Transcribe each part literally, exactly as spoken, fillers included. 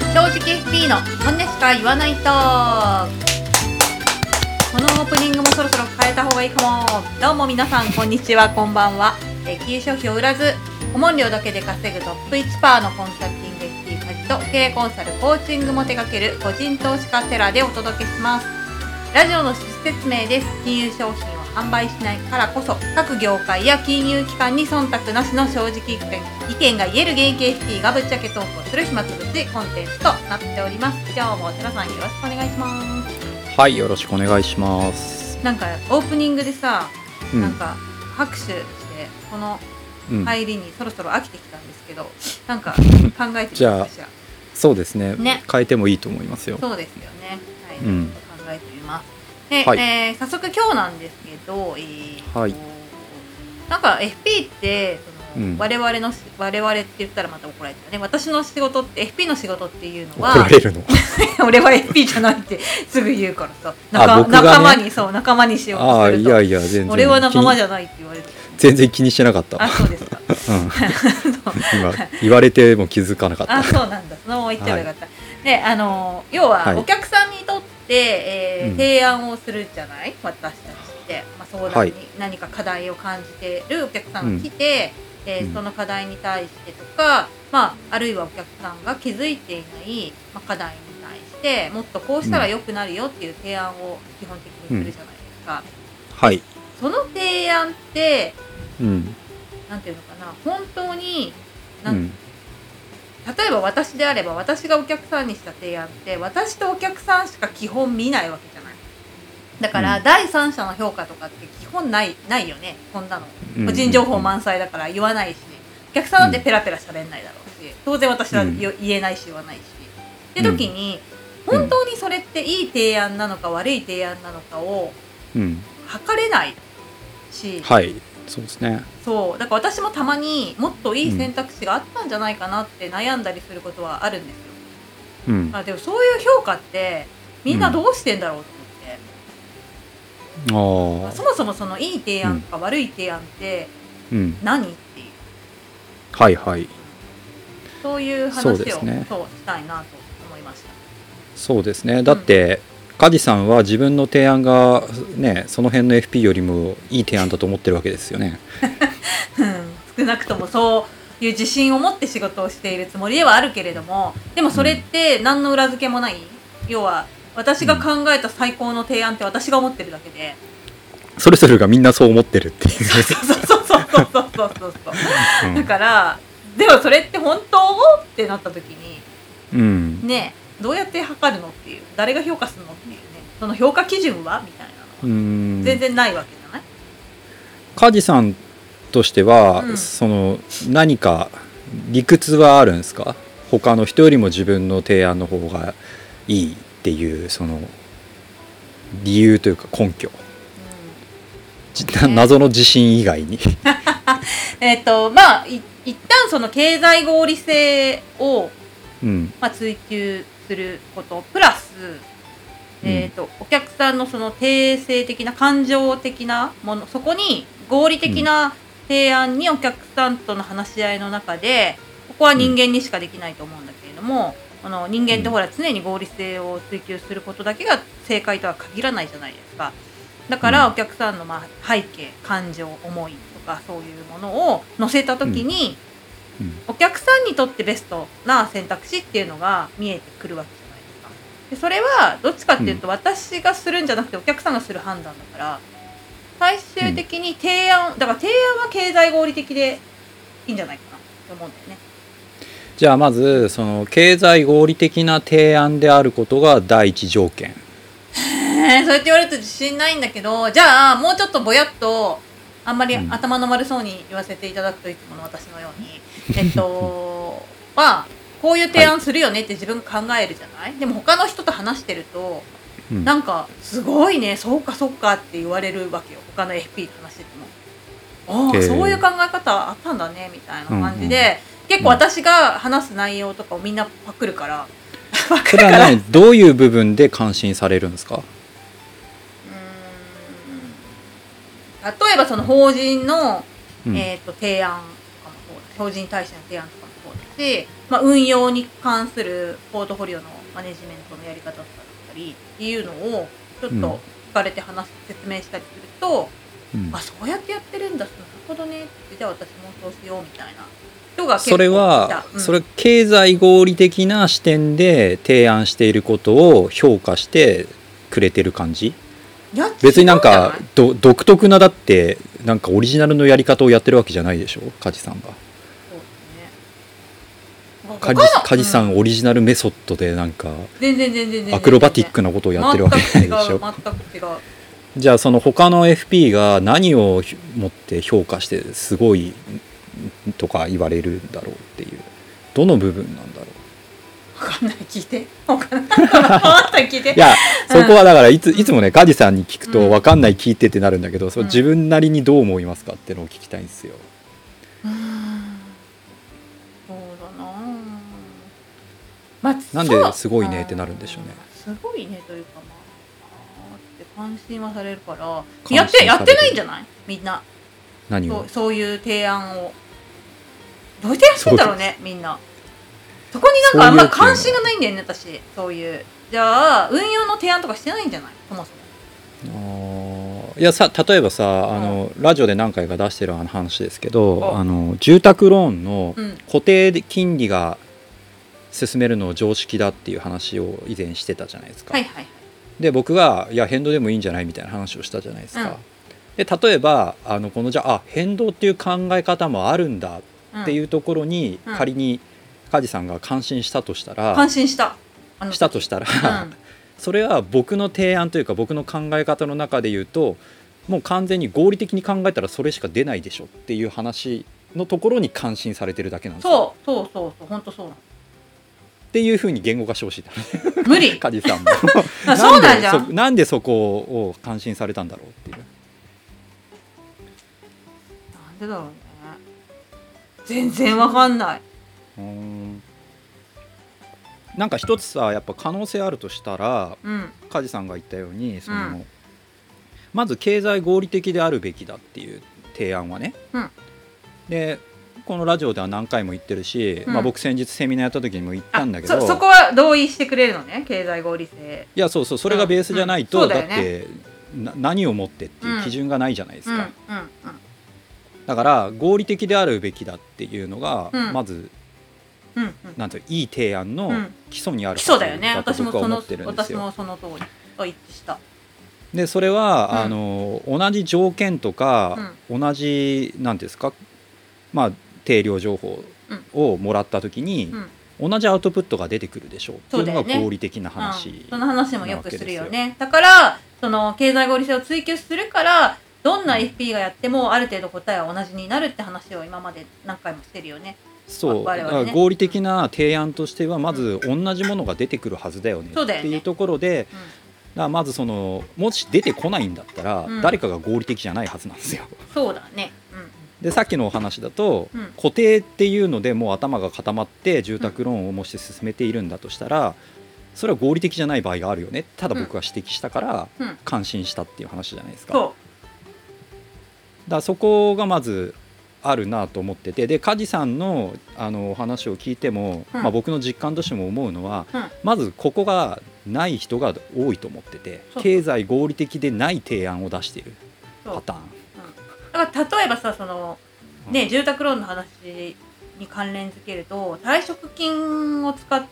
正直 エフピー の本音しか言わないと。このオープニングもそろそろ変えた方がいいかも。どうも皆さんこんにちは、こんばんは。えー、金融商品を売らず顧問料だけで稼ぐトップ いちパーセント のコンサルティング エフピー 家事と経営コンサルコーチングも手掛ける個人投資家テラでお届けします。ラジオの趣旨説明です。金融商品を販売しないからこそ各業界や金融機関に忖度なしの正直意見が言える現役 エフピー がぶっちゃけトークをする暇つぶしコンテンツとなっております。今日も寺さんよろしくお願いします。 はい、よろしくお願いします。 なんかオープニングでさ、 うん、 なんか拍手してこの入りにそろそろ飽きてきたんですけど、うん、なんか考えてみましょう。 じゃあそうです ね, ね変えてもいいと思いますよ。 そうですよね、はい、 うん、 考えてみます。で、 はい、 えー、早速今日なんですけど、えーはい、 なんか エフピー ってその、うん、我々の我々って言ったらまた怒られちゃうね。私の仕事って エフピー の仕事っていうのは怒られるの俺は エフピー じゃないってすぐ言うからさ、仲, ね、仲間にそう仲間にしようとすると、 あいやいや全然俺は仲間じゃないって言われる、ね、 全然気にしてなかった。 あ、そうですか、 うん、今言われても気づかなかった。 あ、そうなんだ、そのまま言っちゃえばよかった、はい、で、あの要はお客さんにとって、えーうん、提案をするじゃない、私たちって、まあ、相談に何か課題を感じているお客さんが来て、はい、えー、その課題に対してとか、まあ、あるいはお客さんが気づいていない、まあ、課題に対してもっとこうしたら良くなるよっていう提案を基本的にするじゃないですか、 うん、はい。 その提案って、 うん、 なんていうのかな、本当になん、うん、例えば私であれば私がお客さんにした提案って私とお客さんしか基本見ないわけじゃない。だから、うん、第三者の評価とかって基本ないないよね。こんなの個人情報満載だから言わないし、お客さんだってペラペラ喋んないだろうし、当然私は言えないし言わないし、って時に本当にそれっていい提案なのか悪い提案なのかを測れないし、 うん、はい、そうですね。 そうだから私もたまにもっといい選択肢があったんじゃないかなって悩んだりすることはあるんですよ、うん、まあ、でもそういう評価ってみんなどうしてんだろうと思って、うん、まあ、そもそもそのいい提案とか悪い提案って何、うん、っていう、 はいはい、 そういう話を そうですね、そうしたいなと思いました。 そうですね。だって、うん、梶さんは自分の提案がね、その辺の エフピー よりもいい提案だと思ってるわけですよね。 うん、少なくともそういう自信を持って仕事をしているつもりではあるけれども、でもそれって何の裏付けもない、うん、要は私が考えた最高の提案って私が思ってるだけで、 うん、それぞれがみんなそう思ってるっていうそうそうそうそうそうそうそうそう、うん、だからでもそれって本当ってなった時に、うん、ねえ、どうやって測るのっていう、誰が評価するのっていうね、その評価基準はみたいなのは全然ないわけじゃない。 梶さんとしては、うん、その何か理屈はあるんですか？他の人よりも自分の提案の方がいいっていうその理由というか根拠、うん、謎の自信以外にえっとまあい一旦その経済合理性を、うん、まあ、追求することプラス、えーと、お客さんのその定性的な感情的なもの、そこに合理的な提案にお客さんとの話し合いの中で、ここは人間にしかできないと思うんだけれども、あの人間ってほら常に合理性を追求することだけが正解とは限らないじゃないですか。だからお客さんのまあ背景、感情、思いとかそういうものを乗せた時に、うんうん、お客さんにとってベストな選択肢っていうのが見えてくるわけじゃないですか。でそれはどっちかっていうと、私がするんじゃなくてお客さんがする判断だから、最終的に提案、だから提案は経済合理的でいいんじゃないかなと思うんだよね。 じゃあまずその経済合理的な提案であることが第一条件。 へー、そうやって言われると自信ないんだけど、じゃあもうちょっとぼやっとあんまり頭の丸そうに言わせていただくと、いつもの私のようにえっとまあこういう提案するよねって自分が考えるじゃない、はい、でも他の人と話してると、うん、なんかすごいね、そうかそうかって言われるわけよ、他の エフピー と話してても。ああ、そういう考え方あったんだねみたいな感じで、うんうん、結構私が話す内容とかをみんなパクるから、 うん、それはね、どういう部分で感心されるんですか？うーん、例えばその法人の、うん、えーと提案とかもそうだ、法人に対しての提案とかもそそうだし、まあ、運用に関するポートフォリオのマネジメントのやり方とかだったりっていうのをちょっと聞かれて話す、うん、説明したりすると、うん、あ、そうやってやってるんだ、なるほどねって、じゃあ私もそうしようみたいな人が結構いた。 それは、うん、それ経済合理的な視点で提案していることを評価してくれてる感じ？別になんかど独特な、だってなんかオリジナルのやり方をやってるわけじゃないでしょ、梶さんが。梶、梶さんオリジナルメソッドでなんか全然全然全然アクロバティックなことをやってるわけじゃないでしょ。 全く違う。 じゃあその他の エフピー が何をもって評価してすごいとか言われるんだろうっていう、どの部分なんだろう。 分かんない、聞いて。分かんない聞いて。 いや、そこはだからいつ、いつもね梶さんに聞くと分かんない聞いてってなるんだけど、その自分なりにどう思いますかっていうのを聞きたいんですよ。 うん、そうだな、まあ、 なんですごいねってなるんでしょうね。 すごいねというか、まあって関心はされるからやってやってないんじゃないみんな。 何を？ そう、そういう提案をどうやってやってんだろうねみんな。そこになんかあんま関心がないんだよね私。そういうじゃあ運用の提案とかしてないんじゃない、そもそも。あ、いやさ、例えばさ、あの、うん、ラジオで何回か出してる話ですけど、あの住宅ローンの固定金利が進めるのを常識だっていう話を以前してたじゃないですか。 はいはいはい。 で僕がいや変動でもいいんじゃないみたいな話をしたじゃないですか。うん、で例えばあのこのじゃあ変動っていう考え方もあるんだっていうところに、うん、仮に梶さんが感心したとしたら、 感心したしたとしたら、うん、それは僕の提案というか僕の考え方の中で言うともう完全に合理的に考えたらそれしか出ないでしょっていう話のところに感心されてるだけなんですよ。 そうそうそうそう、本当そうなのっていう風に言語化してほしい無理梶さんもそうなんじゃん。 なんでそ、なんでそこを感心されたんだろうっていう。 なんでだろうね、全然わかんない。 うーん、なんか一つさやっぱ可能性あるとしたら、うん、梶さんが言ったようにその、うん、まず経済合理的であるべきだっていう提案はね、うん、でこのラジオでは何回も言ってるし、うん、まあ、僕先日セミナーやった時にも言ったんだけど、 そ, そこは同意してくれるのね、経済合理性。 いやそうそう、それがベースじゃないと、うんうん、だ, だってな何をもってっていう基準がないじゃないですか、うんうんうんうん、だから合理的であるべきだっていうのが、うん、まず、うんうん、なんていういい提案の基礎にあるはずだと僕は思ってるんですよ。 私もその通りと一致した。 でそれは、うん、あの同じ条件とか、うん、同じなんですか、まあ定量情報をもらった時に、うん、同じアウトプットが出てくるでしょうっていうのが合理的な話、 うん、その話もよくするよね。だからその経済合理性を追求するからどんな エフピー がやってもある程度答えは同じになるって話を今まで何回もしてるよね。 そう、我々ね、合理的な提案としてはまず同じものが出てくるはずだよねっていうところで、うん、だからまずそのもし出てこないんだったら、うん、誰かが合理的じゃないはずなんですよ。 そうだね、うん、 でさっきのお話だと、うん、固定っていうのでもう頭が固まって住宅ローンをもし進めているんだとしたら、それは合理的じゃない場合があるよね、ただ僕が指摘したから感心したっていう話じゃないですか、うんうん、だからそこがまずあるなと思ってて、で梶さん の, あのお話を聞いても、うん、まあ、僕の実感としても思うのは、うん、まずここがない人が多いと思ってて、経済合理的でない提案を出しているパターン、 だから例えばさ、その、ね、住宅ローンの話に関連づけると退職金を使って、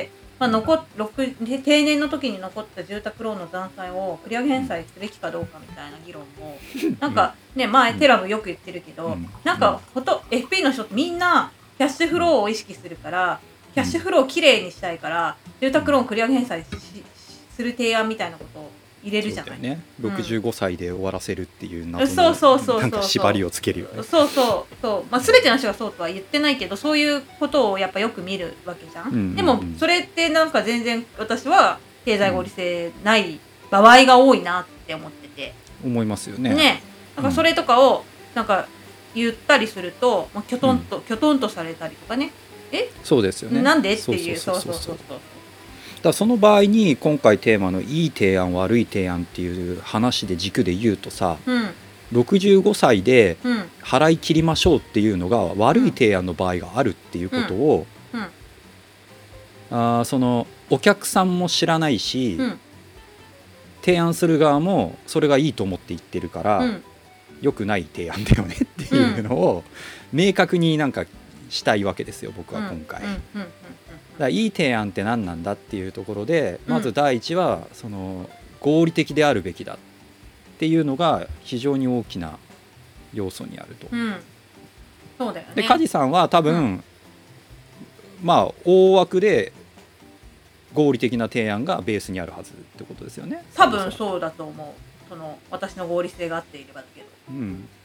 まあ、残定年の時に残った住宅ローンの残債を繰り上げ返済すべきかどうかみたいな議論もなんかね、前テラブよく言ってるけど、なんかほと エフピー の人ってみんなキャッシュフローを意識するから、キャッシュフローをきれいにしたいから住宅ローン繰り上げ返済する提案みたいなことを入れるじゃない。 ね、ろくじゅうごさいで終わらせるっていう謎のなんか縛りをつけるよね。 そうそうそう、まあ、全ての人がそうとは言ってないけど、そういうことをやっぱよく見るわけじゃん、うんうんうん、でもそれってなんか全然私は経済合理性ない場合が多いなって思ってて、 思いますよね。 ね、なんかそれとかをなんか言ったりすると、まあ、きょとんと、うん、きょとんとされたりとかね、えそうですよね、 なんでっていう、そうそうそうそう、 だその場合に今回テーマのいい提案悪い提案っていう話で軸で言うとさ、うん、 ろくじゅうごさいで払い切りましょうっていうのが悪い提案の場合があるっていうことを、うんうん、あそのお客さんも知らないし、うん、提案する側もそれがいいと思って言ってるから、うん、良くない提案だよねっていうのを明確になんかしたいわけですよ僕は今回。だからいい提案って何なんだっていうところでまず第一はその合理的であるべきだっていうのが非常に大きな要素にあると、うん、 そうだよね。 で梶さんは多分、うん、まあ大枠で合理的な提案がベースにあるはずってことですよね。 多分そうだと思う。その私の合理性が合っていればだけど、うん、だ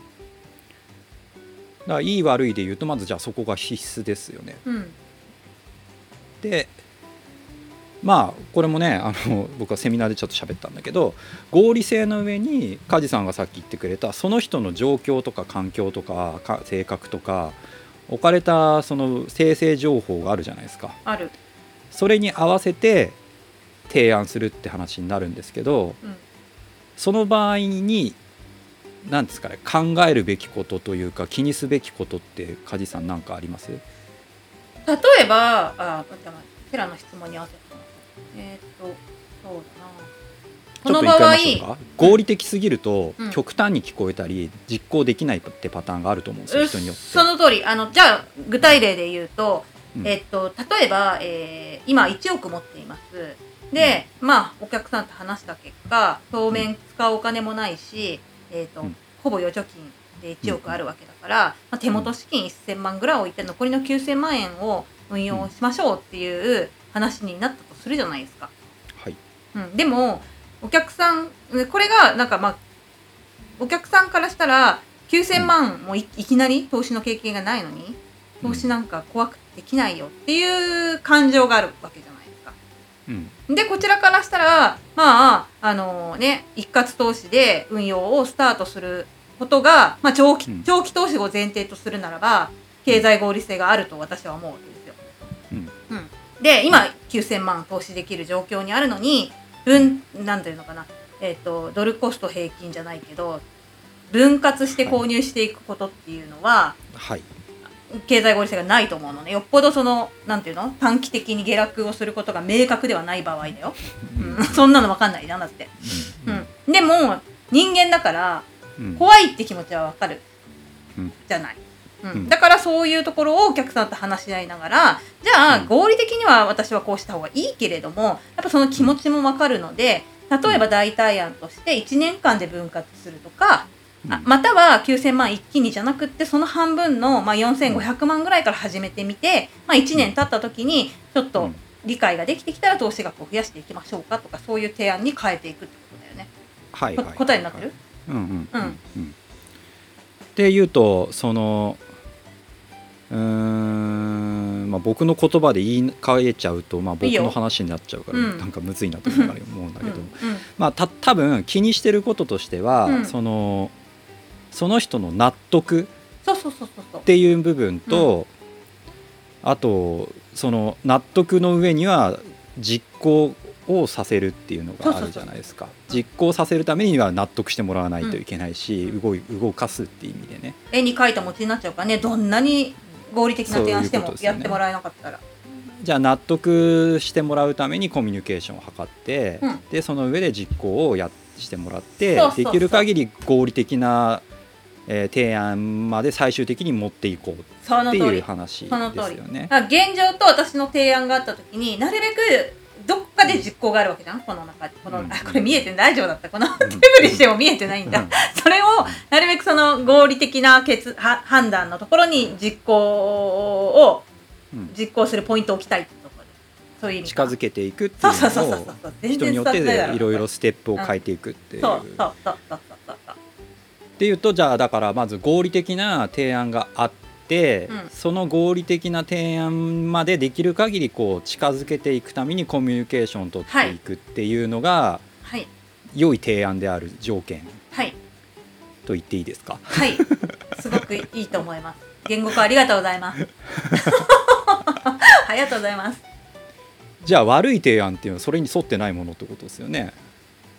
からいい悪いで言うとまずじゃあそこが必須ですよね、うん、でまあこれもねあの僕はセミナーでちょっと喋ったんだけど合理性の上に梶さんがさっき言ってくれたその人の状況とか環境とか性格とか置かれたその生成情報があるじゃないですか。 ある。 それに合わせて提案するって話になるんですけど、うん、その場合に何ですかね考えるべきことというか気にすべきことって梶さん何かあります？ 例えばあテラの質問に合わせてえー、っとそうだな。 ちょっと言ってみましょうか。合理的すぎると極端に聞こえたり、うん、実行できないってパターンがあると思うんですよ、人によって。 その通り。あのじゃあ具体例で言うと、うんえー、っと例えば、えー、今いちおく持っています。で、うん、まあお客さんと話した結果当面使うお金もないし、えー、っとうん、ほぼ預貯金でいちおくあるわけだから、まあ、手元資金せんまんぐらい置いて残りのきゅうせんまんえんを運用しましょうっていう話になったとするじゃないですか。 はい。 うん、でもお客さんこれがなんかまあお客さんからしたらきゅうせんまんも い, いきなり投資の経験がないのに投資なんか怖くてできないよっていう感情があるわけじゃないですか。うん、でこちらからしたらまああのね一括投資で運用をスタートすることが、まあ、長期、長期投資を前提とするならば経済合理性があると私は思うわけですよ。うんうん、で今きゅうせんまん投資できる状況にあるのに分なんていうのかな、えーと、ドルコスト平均じゃないけど分割して購入していくことっていうのは、はい、経済合理性がないと思うのね。よっぽどそのなんていうの短期的に下落をすることが明確ではない場合だよ、うん、そんなの分かんないじゃんだって、うんうん、でも人間だから怖いって気持ちは分かる、うん、じゃない、うん、だからそういうところをお客さんと話し合いながらじゃあ合理的には私はこうした方がいいけれどもやっぱその気持ちも分かるので例えば代替案としていちねんかんで分割するとか、うん、あまたはきゅうせんまん一気にじゃなくってその半分の、まあ、よんせんごひゃくまんぐらいから始めてみて、まあ、いちねん経った時にちょっと理解ができてきたら投資額を増やしていきましょうかとかそういう提案に変えていくってことだよね。はい、はい、答えになってる？うんうんうんうん、っていうとそのうーん、まあ、僕の言葉で言い換えちゃうと、まあ、僕の話になっちゃうから、うん、なんかむずいなと思うんだけど、うんまあ、た多分気にしてることとしては、うん、そのその人の納得っていう部分と、うん、あとその納得の上には実行をさせるっていうのがあるじゃないですか。実行させるためには納得してもらわないといけないし、うん、動い動かすっていう意味でね絵に描いた餅になっちゃうからね。どんなに合理的な提案してもやってもらえなかったら、ね、 じゃあ納得してもらうためにコミュニケーションを図って、うん、でその上で実行をやしてもらってそうそうそうできる限り合理的な、えー、提案まで最終的に持っていこうっていう話ですよね。 現状と私の提案があった時になるべくどっかで実行があるわけじゃんこの中でこの、うん、あこれ見えて大丈夫だったこの手振りしても見えてないんだ、うん、それをなるべくその合理的な決は判断のところに実行を、うん、実行するポイントを置きたいってところでそういう意味近づけていくっていうのを人によっていろいろステップを変えていくっていう、うん、そうそうそうそうそうっていうとじゃあだからまず合理的な提案があってで、うん、その合理的な提案までできる限りこう近づけていくためにコミュニケーションを取っていくっていうのが、はい、良い提案である条件、はい、と言っていいですか？ はい、すごくいいと思います。言語化ありがとうございますありがとうございます。 じゃあ悪い提案っていうのはそれに沿ってないものってことですよね。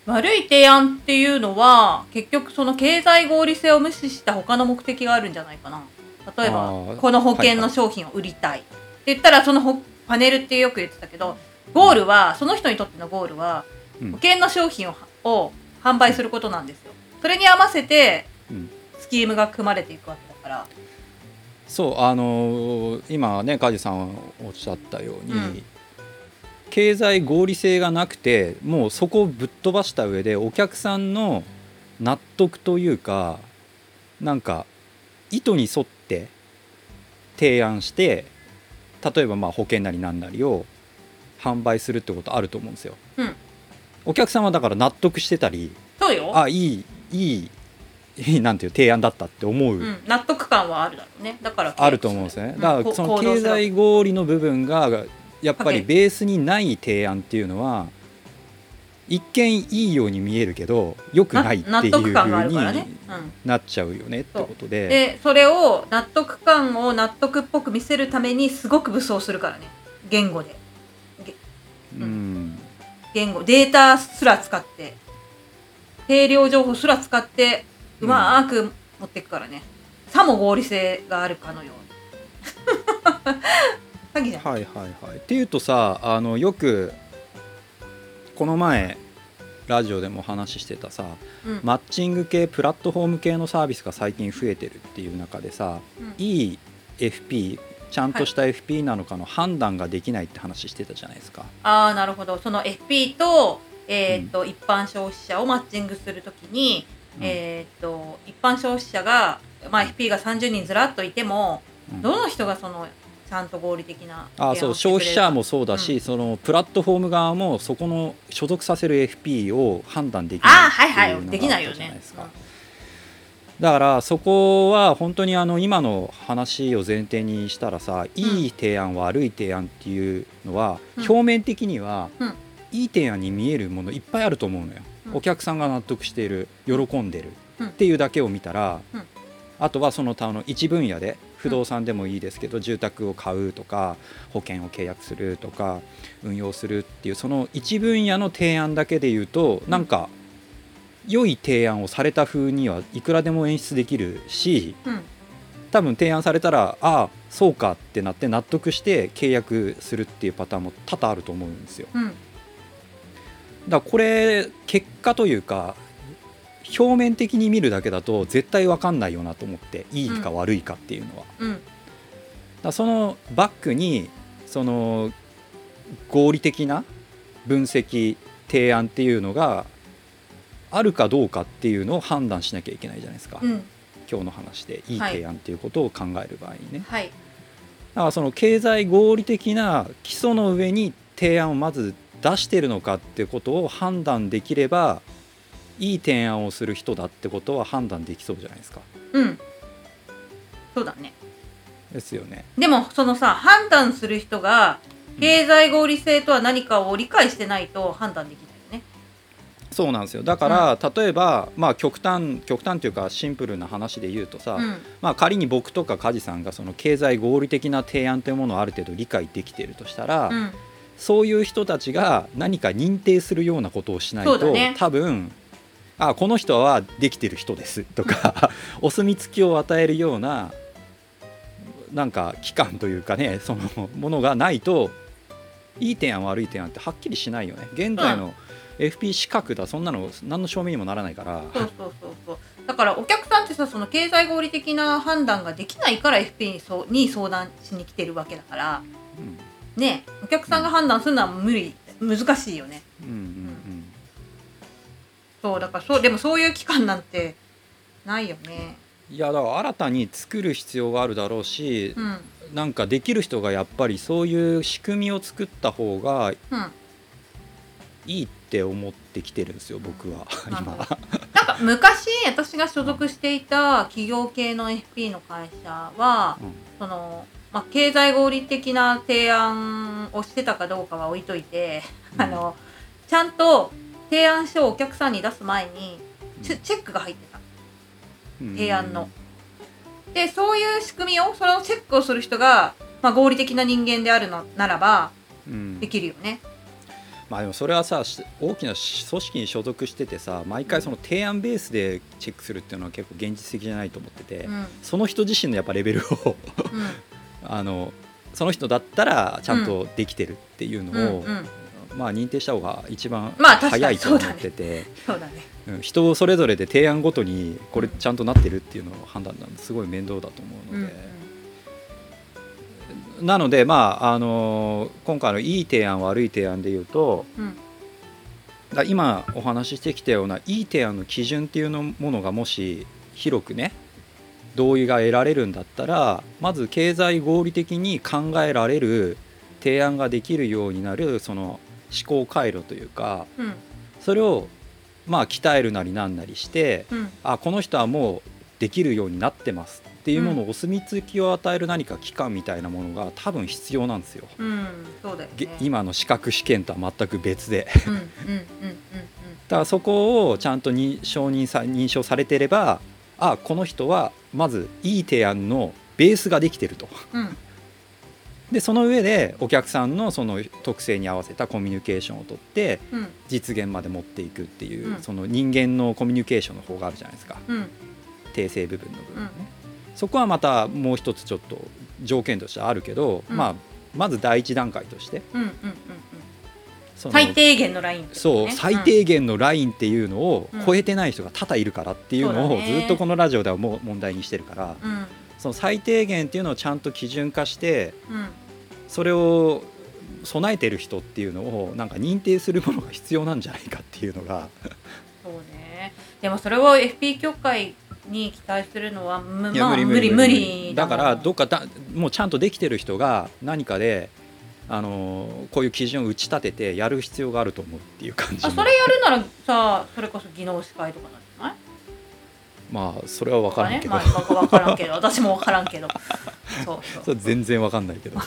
悪い提案っていうのは結局その経済合理性を無視した他の目的があるんじゃないかな。例えばこの保険の商品を売りたいって言ったら、そのパネルってよく言ってたけど、ゴールはその人にとってのゴールは保険の商品を、を販売することなんですよ。それに合わせてスキームが組まれていくわけだから、 そうあのー、今ね梶さんおっしゃったように、うん、経済合理性がなくてもうそこをぶっ飛ばした上でお客さんの納得というかなんか意図に沿って提案して例えばまあ保険なりなんなりを販売するってことあると思うんですよ、うん、お客さんはだから納得してたりそうよあいいいいいいなんていう提案だったって思う、うん、 納得感はあるだろうね。だからあると思うんですね。だからその経済合理の部分がやっぱりベースにない提案っていうのは一見いいように見えるけど良くないっていう風になっちゃうよねってことで、 でそれを納得感を納得っぽく見せるためにすごく武装するからね、言語で、うん、言語データすら使って定量情報すら使ってうまーく持っていくからね、うん、さも合理性があるかのように詐欺じゃん。 はいはいはい。っていうとさ、あのよくこの前ラジオでも話してたさ、うん、マッチング系プラットフォーム系のサービスが最近増えてるっていう中でさ、うん、いい エフピー ちゃんとした エフピー なのかの判断ができないって話してたじゃないですか。 ああなるほど。その エフピー と、えーとうん、一般消費者をマッチングするときにえー、と一般消費者が、まあ、エフピー がさんじゅうにんずらっといても、うん、どの人がそのちゃんと合理的なあそう消費者もそうだし、うん、そのプラットフォーム側もそこの所属させる エフピー を判断できないっていうのがあったじゃないですか。だからそこは本当にあの今の話を前提にしたらさ、いい提案悪い提案っていうのは、うん、表面的には、うん、いい提案に見えるものいっぱいあると思うのよ。お客さんが納得している喜んでるっていうだけを見たら、うん、あとはその他の一分野で不動産でもいいですけど、うん、住宅を買うとか保険を契約するとか運用するっていうその一分野の提案だけで言うと、うん、なんか良い提案をされた風にはいくらでも演出できるし、うん、多分提案されたらああそうかってなって納得して契約するっていうパターンも多々あると思うんですよ、うんだからこれ結果というか表面的に見るだけだと絶対分かんないよなと思って、いいか悪いかっていうのは、うん、だからそのバックにその合理的な分析提案っていうのがあるかどうかっていうのを判断しなきゃいけないじゃないですか、うん、今日の話でいい提案っていうことを考える場合にね、はい、だからその経済合理的な基礎の上に提案をまず出してるのかってことを判断できればいい提案をする人だってことは判断できそうじゃないですか。 うんそうだね。 ですよね。 でもそのさ判断する人が経済合理性とは何かを理解してないと判断できないよね。 そうなんですよ。だから、うん、例えば、まあ、極端極端というかシンプルな話で言うとさ、うんまあ、仮に僕とか梶さんがその経済合理的な提案というものをある程度理解できているとしたら、うんそういう人たちが何か認定するようなことをしないと、ね、多分あこの人はできてる人ですとかお墨付きを与えるようななんか機関というかねそのものがないといい提案悪い提案ってはっきりしないよね。現在の エフピー 資格だそんなの何の証明にもならないから。 そうそうそうそうだからお客さんってさその経済合理的な判断ができないから エフピー に, そうに相談しに来てるわけだから、うんね、お客さんが判断するのは無理、難しいよね、うんうんうん、そうだからそうでもそういう機関なんてないよね。 いやだから新たに作る必要があるだろうし、うん、なんかできる人がやっぱりそういう仕組みを作った方がいいって思ってきてるんですよ僕は、うん、今なんか昔私が所属していた企業系の エフピー の会社は、うん、そのまあ、経済合理的な提案をしてたかどうかは置いといて、うん、あのちゃんと提案書をお客さんに出す前にチェックが入ってた、うん、提案のでそういう仕組みをそのチェックをする人が、まあ、合理的な人間であるのならば、うん、できるよね。 まあでもそれはさ大きな組織に所属しててさ毎回その提案ベースでチェックするっていうのは結構現実的じゃないと思ってて、うん、その人自身のやっぱレベルを、うん、あのその人だったらちゃんとできてるっていうのを、うんうんうん、まあ認定した方が一番早いと思ってて、 まあそうだね、そうだね、 うん、人それぞれで提案ごとにこれちゃんとなってるっていうのを判断なんですごい面倒だと思うので、うんうん、なのでまああの今回のいい提案悪い提案でいうと、うん、だ今お話ししてきたようないい提案の基準っていうのものがもし広くね同意が得られるんだったらまず経済合理的に考えられる提案ができるようになるその思考回路というか、うん、それをまあ鍛えるなりなんなりして、うん、あこの人はもうできるようになってますっていうものをお墨付きを与える何か期間みたいなものが多分必要なんですよ。 うん、そうだよね、 今の資格試験とは全く別でだからそこをちゃんとに承認さ認証されてればあこの人はまずいい提案のベースができてると、うん、でその上でお客さんのその特性に合わせたコミュニケーションをとって実現まで持っていくっていう、うん、その人間のコミュニケーションの方があるじゃないですか、うん、訂正部分の部分ね、うん、そこはまたもう一つちょっと条件としてあるけど、うんまあ、まず第一段階として、うんうんうんうん、 最低限のライン、ね、 そう最低限のラインっていうのを超えてない人が多々いるからっていうのをずっとこのラジオではもう問題にしてるから、うん、その最低限っていうのをちゃんと基準化して、うん、それを備えてる人っていうのをなんか認定するものが必要なんじゃないかっていうのがそうね。でもそれを エフピー 協会に期待するのは、まあ、無理無理だからどっかだもうちゃんとできてる人が何かであのこういう基準を打ち立ててやる必要があると思うっていう感じ。 あそれやるならさそれこそ技能士会とかなんじゃない？ まあそれは分からんけど、 ねまあ、分からんけど私も分からんけどそうそうそれ全然分かんないけど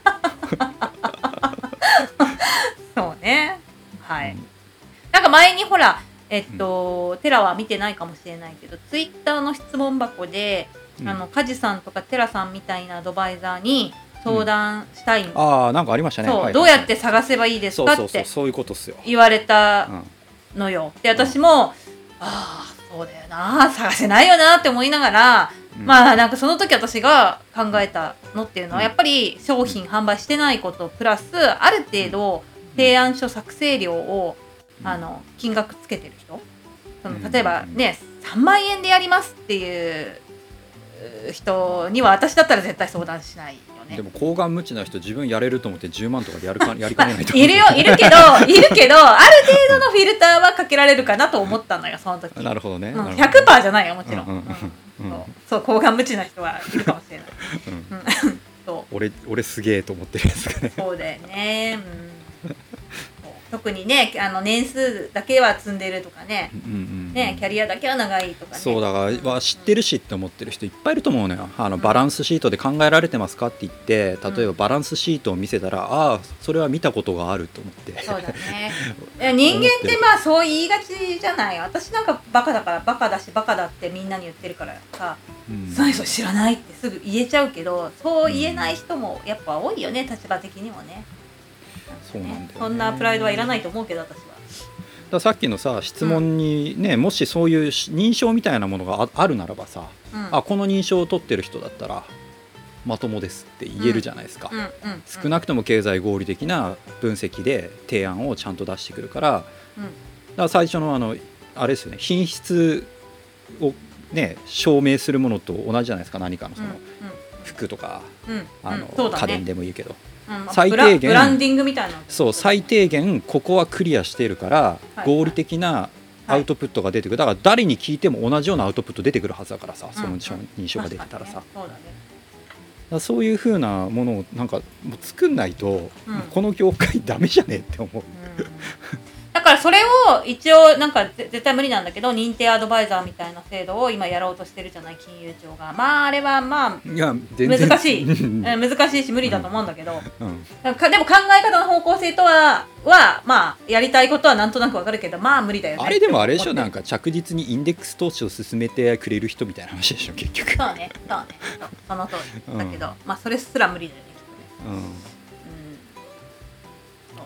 そうねはい、うん、なんか前にほらえっと、うん、テラは見てないかもしれないけどツイッターの質問箱で、うん、あの梶さんとかテラさんみたいなアドバイザーに相談したい、うん、 ああなんかありましたね。 そう、 はいはい、 どうやって探せばいいですかって言われたのよ。で私も、うん、ああそうだよな探せないよなって思いながら、うん、まあなんかその時私が考えたのっていうのは、うん、やっぱり商品販売してないことプラスある程度提案書作成料をあの金額つけてる人、その例えばねさんまんえんでやりますっていう人には私だったら絶対相談しないよね。 でも高顔無知な人自分やれると思ってじゅうまんとかでやるかやりかねないといるよいるけどいるけどある程度のフィルターはかけられるかなと思ったのよその時。 なるほどね、うん、 ひゃくパーセント じゃないよもちろん、うんうんうん、そうそう高顔無知な人はいるかもしれない、うん、 そう俺俺すげえと思ってるやつがね。 そうだよね、うん特にねあの年数だけは積んでるとかね、うんうん、ねキャリアだけは長いとかね。 そうだから、うん、知ってるしって思ってる人いっぱいいると思うのよ。あのバランスシートで考えられてますかって言って例えばバランスシートを見せたら、うん、ああそれは見たことがあると思ってそうだね人間ってまあそう言いがちじゃない。私なんかバカだからバカだしバカだってみんなに言ってるからさ、うん、そういう人知らないってすぐ言えちゃうけどそう言えない人もやっぱ多いよね立場的にもね。 そうなんだよね、 そんなプライドはいらないと思うけど私は。 ださっきのさ質問にね、うん、もしそういう認証みたいなものが あ, あるならばさ、うん、あこの認証を取ってる人だったらまともですって言えるじゃないですか、うんうんうんうん、少なくとも経済合理的な分析で提案をちゃんと出してくるから、うん、だから最初のあのあれですよね品質をね証明するものと同じじゃないですか。何かのその、うんうん、服とか、うん、あの、うんね、家電でもいいけどうん、最低限ブランディングみたいなそう最低限ここはクリアしているから、はい、合理的なアウトプットが出てくる。だから誰に聞いても同じようなアウトプット出てくるはずだからさ、その認証が出てたらさ、うんうん、そうだね、だそういう風なものをなんかもう作んないと、うん、この業界ダメじゃねって思う、うんだからそれを一応なんか絶対無理なんだけど認定アドバイザーみたいな制度を今やろうとしてるじゃない金融庁が。まああれはまあいや難しい難しいし無理だと思うんだけど、うんうん、でも考え方の方向性とははまあやりたいことはなんとなくわかるけどまあ無理だよね。 あれでもあれでしょなんか着実にインデックス投資を進めてくれる人みたいな話でしょ結局。 そうねそうね そ, その通りだけど、うん、まあそれすら無理だよねきっとね。うん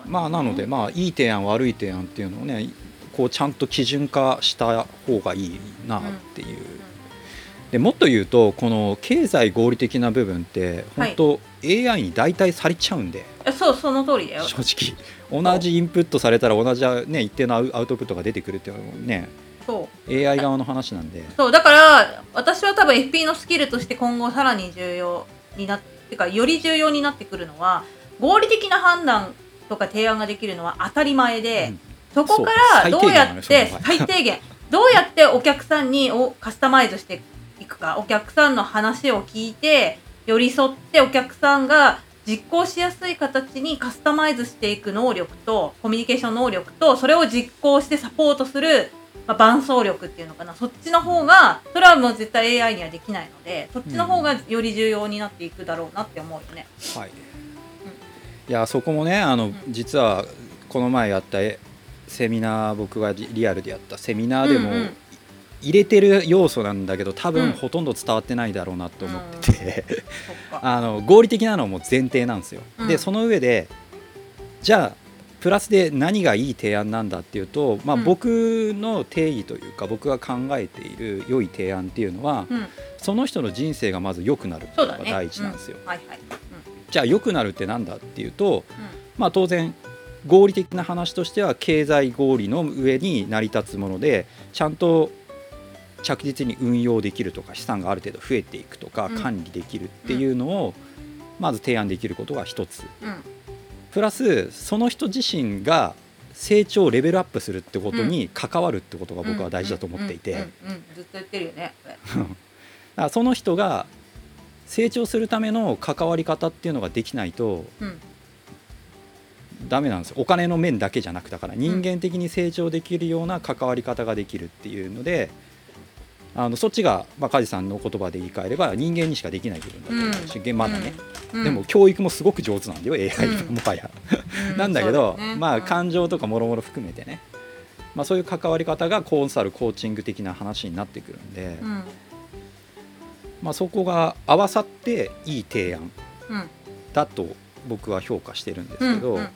まあなので、まあいい提案悪い提案っていうのをね、こうちゃんと基準化した方がいいなっていう、うんうん、でもっと言うとこの経済合理的な部分って本当、はい、エーアイ に代替されちゃうんで、 そう、その通りだよ。 正直同じインプットされたら同じ、ね、一定のアウトプットが出てくるっていうのもね、そう エーアイ 側の話なんで、 そうだから私は多分 エフピー のスキルとして今後さらに重要になってかより重要になってくるのは、合理的な判断とか提案ができるのは当たり前で、うん、そこからどうやって最低限どうやってお客さんにカスタマイズしていくか、お客さんの話を聞いて寄り添ってお客さんが実行しやすい形にカスタマイズしていく能力とコミュニケーション能力と、それを実行してサポートする、まあ、伴走力っていうのかな、そっちの方がそれはもう絶対 エーアイ にはできないので、そっちの方がより重要になっていくだろうなって思うよね、 うん、はい、うん、いやそこもね、あの、うん、実はこの前やったセミナー、僕がリアルでやったセミナーでも、うんうん、入れてる要素なんだけど多分ほとんど伝わってないだろうなと思ってて、うん、あの合理的なのはもう前提なんですよ、うん、でその上でじゃあプラスで何がいい提案なんだっていうと、まあ、僕の定義というか、うん、僕が考えている良い提案っていうのは、うん、その人の人生がまず良くなるっていうのが第一なんですよ。じゃあ良くなるってなんだっていうと、うん、まあ当然合理的な話としては経済合理の上に成り立つもので、ちゃんと着実に運用できるとか、資産がある程度増えていくとか、管理できるっていうのをまず提案できることが一つ、うん、プラスその人自身が成長レベルアップするってことに関わるってことが僕は大事だと思っていて、 ずっと言ってるよねこれだからその人が成長するための関わり方っていうのができないと、うんダメなんですよ。お金の面だけじゃなく、だから人間的に成長できるような関わり方ができるっていうので、あのそっちが、まあ、梶さんの言葉で言い換えれば人間にしかできない部分だと思うし、うん、まだね、うん、でも教育もすごく上手なんだよ エーアイ が、うん、もはやなんだけど、ね、まあ感情とかもろもろ含めてね、まあ、そういう関わり方がコンサルコーチング的な話になってくるんで、うんまあ、そこが合わさっていい提案だと僕は評価してるんですけど、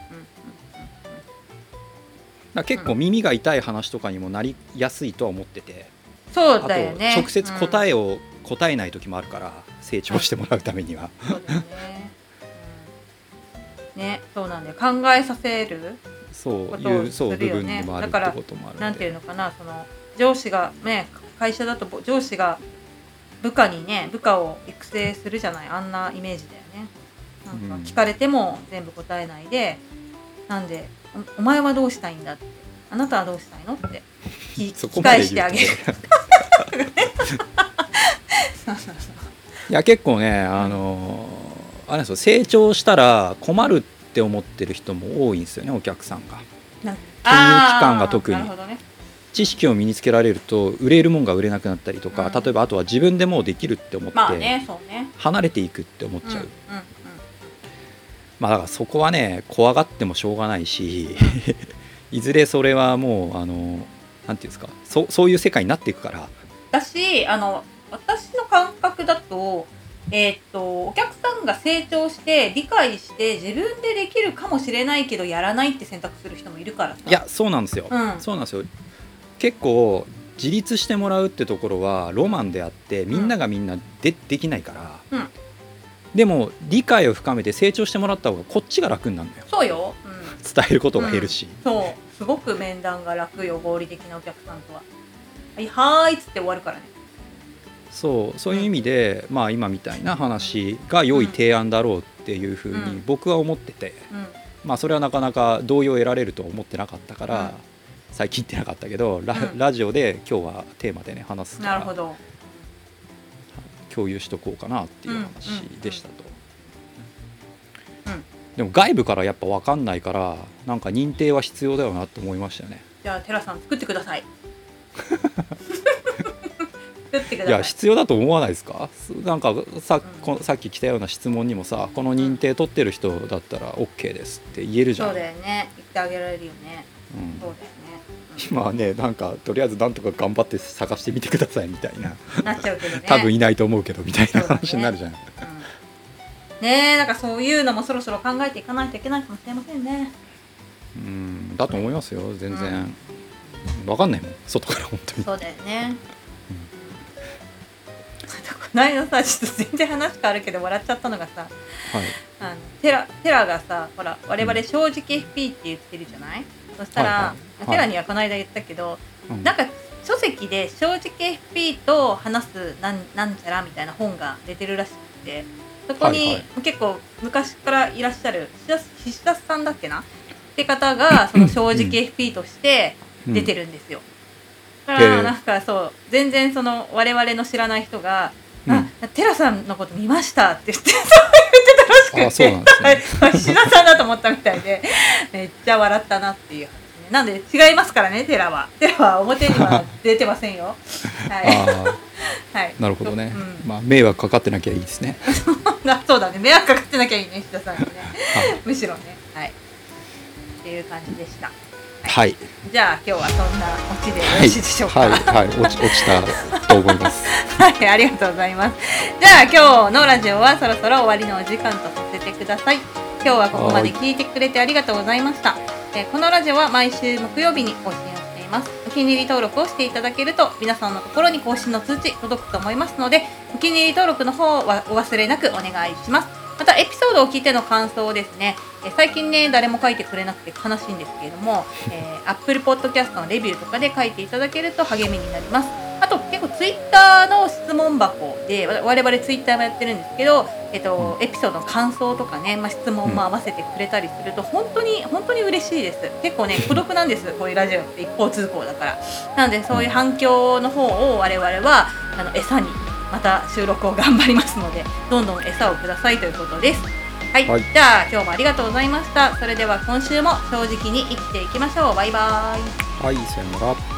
結構耳が痛い話とかにもなりやすいとは思ってて、 そうだよね、 あと直接答えを答えない時もあるから、成長してもらうためにはそうだよね、うん、ね、そうなんだよ、考えさせることをするよね。だからなんていうのかな、その上司がね、会社だと上司が部下にね、部下を育成するじゃない、あんなイメージだよね。なんか聞かれても全部答えないで、うん、なんで お, お前はどうしたいんだって、あなたはどうしたいのって聞き返してあげるいや結構ね、あのあれですよ、成長したら困るって思ってる人も多いんですよね、お客さんが。金融機関が特に、ね、知識を身につけられると売れるもんが売れなくなったりとか、うん、例えばあとは自分でもうできるって思って、まあね、そうね、離れていくって思っちゃう、うんうんうん、まあ、だからそこはね怖がってもしょうがないしいずれそれはもうあのなんていうんですか、 そ, そういう世界になっていくから。 私あの私の感覚だと、えー、っとお客さんが成長して理解して自分でできるかもしれないけどやらないって選択する人もいるからさ。 いやそうなんですよ、うん、そうなんですよ。結構自立してもらうってところはロマンであって、みんながみんな で,、うん、できないから、うん、でも理解を深めて成長してもらった方がこっちが楽になるんだよ。 そうよ、うん、 伝えることが減るし、 うん、そうすごく面談が楽よ、合理的なお客さんとは。はいはーいっつって終わるからね。 そうそういう意味で、うん、まあ今みたいな話が良い提案だろうっていうふうに僕は思ってて、うんうん、まあそれはなかなか同意を得られるとは思ってなかったから、うん、最近言ってなかったけど ラ,、うん、ラジオで今日はテーマでね話すから、なるほど、共有しとこうかなっていう話でしたと、うんうんうん、でも外部からやっぱ分かんないから、なんか認定は必要だよなと思いましたよね。 じゃあ寺さん作ってくださいいや必要だと思わないですか。なんか さ,、うん、さっき来たような質問にもさ、この認定取ってる人だったら OK ですって言えるじゃん。 そうだよね、言ってあげられるよね、うん、そうだよね、 うん、今はね、なんかとりあえずなんとか頑張って探してみてくださいみたいななっちゃうけどね多分いないと思うけどみたいな話になるじゃん、ね、 うん、 ねえ、なんかそういうのもそろそろ考えていかないといけないかもしれませんね。 うん、だと思いますよ。全然、うん、分かんないもん、外から本当に。 そうだよね。この間さ、ちょっと全然話変わるけど笑っちゃったのがさ、はい、あのテラテラがさ、ほら我々正直 エフピー って言ってるじゃない、うん、そしたら、はいはいはい、テラにはこの間言ったけど、うん、なんか書籍で正直 エフピー と話すなんなんちゃらみたいな本が出てるらしくて、そこに、はいはい、結構昔からいらっしゃる菱田さんだっけなって方がその正直 エフピー として出てるんですよ。うんうん、だからなんかそう全然その我々の知らない人が、うん、あ、テラさんのこと見ましたって言って言ってたらしくて、菱田さんだと思ったみたいでめっちゃ笑ったなっていう。なんで違いますからね、テラは。テラは表には出てませんよ。はい。はい。 なるほどね。うん、まあ迷惑かかってなきゃいいですね。 そうだね。迷惑かかってなきゃいいね、石田さんにね。むしろね。はい。っていう感じでした。 はい。 じゃあ今日はそんなオチでよろしいでしょうか。 はい、はい、はい、落ち落ちたと思います。 はい、ありがとうございます。じゃあ今日のラジオはそろそろ終わりのお時間とさせてください。今日はここまで聞いてくれてありがとうございました。このラジオは毎週木曜日に更新をしています。お気に入り登録をしていただけると皆さんのところに更新の通知届くと思いますので、お気に入り登録の方はお忘れなくお願いします。またエピソードを聞いての感想をですね、最近ね誰も書いてくれなくて悲しいんですけれども、えー、Apple Podcast のレビューとかで書いていただけると励みになります。あと結構ツイッターの質問箱で我々ツイッターもやってるんですけど、えっと、エピソードの感想とかね、まあ、質問も合わせてくれたりすると本当に本当に嬉しいです。結構ね孤独なんです。こういうラジオって一方通行だから。なのでそういう反響の方を我々はあの餌にまた収録を頑張りますので、どんどん餌をくださいということです。はい、はい、じゃあ今日もありがとうございました。それでは今週も正直に生きていきましょう。バイバイ。 はい、さよなら。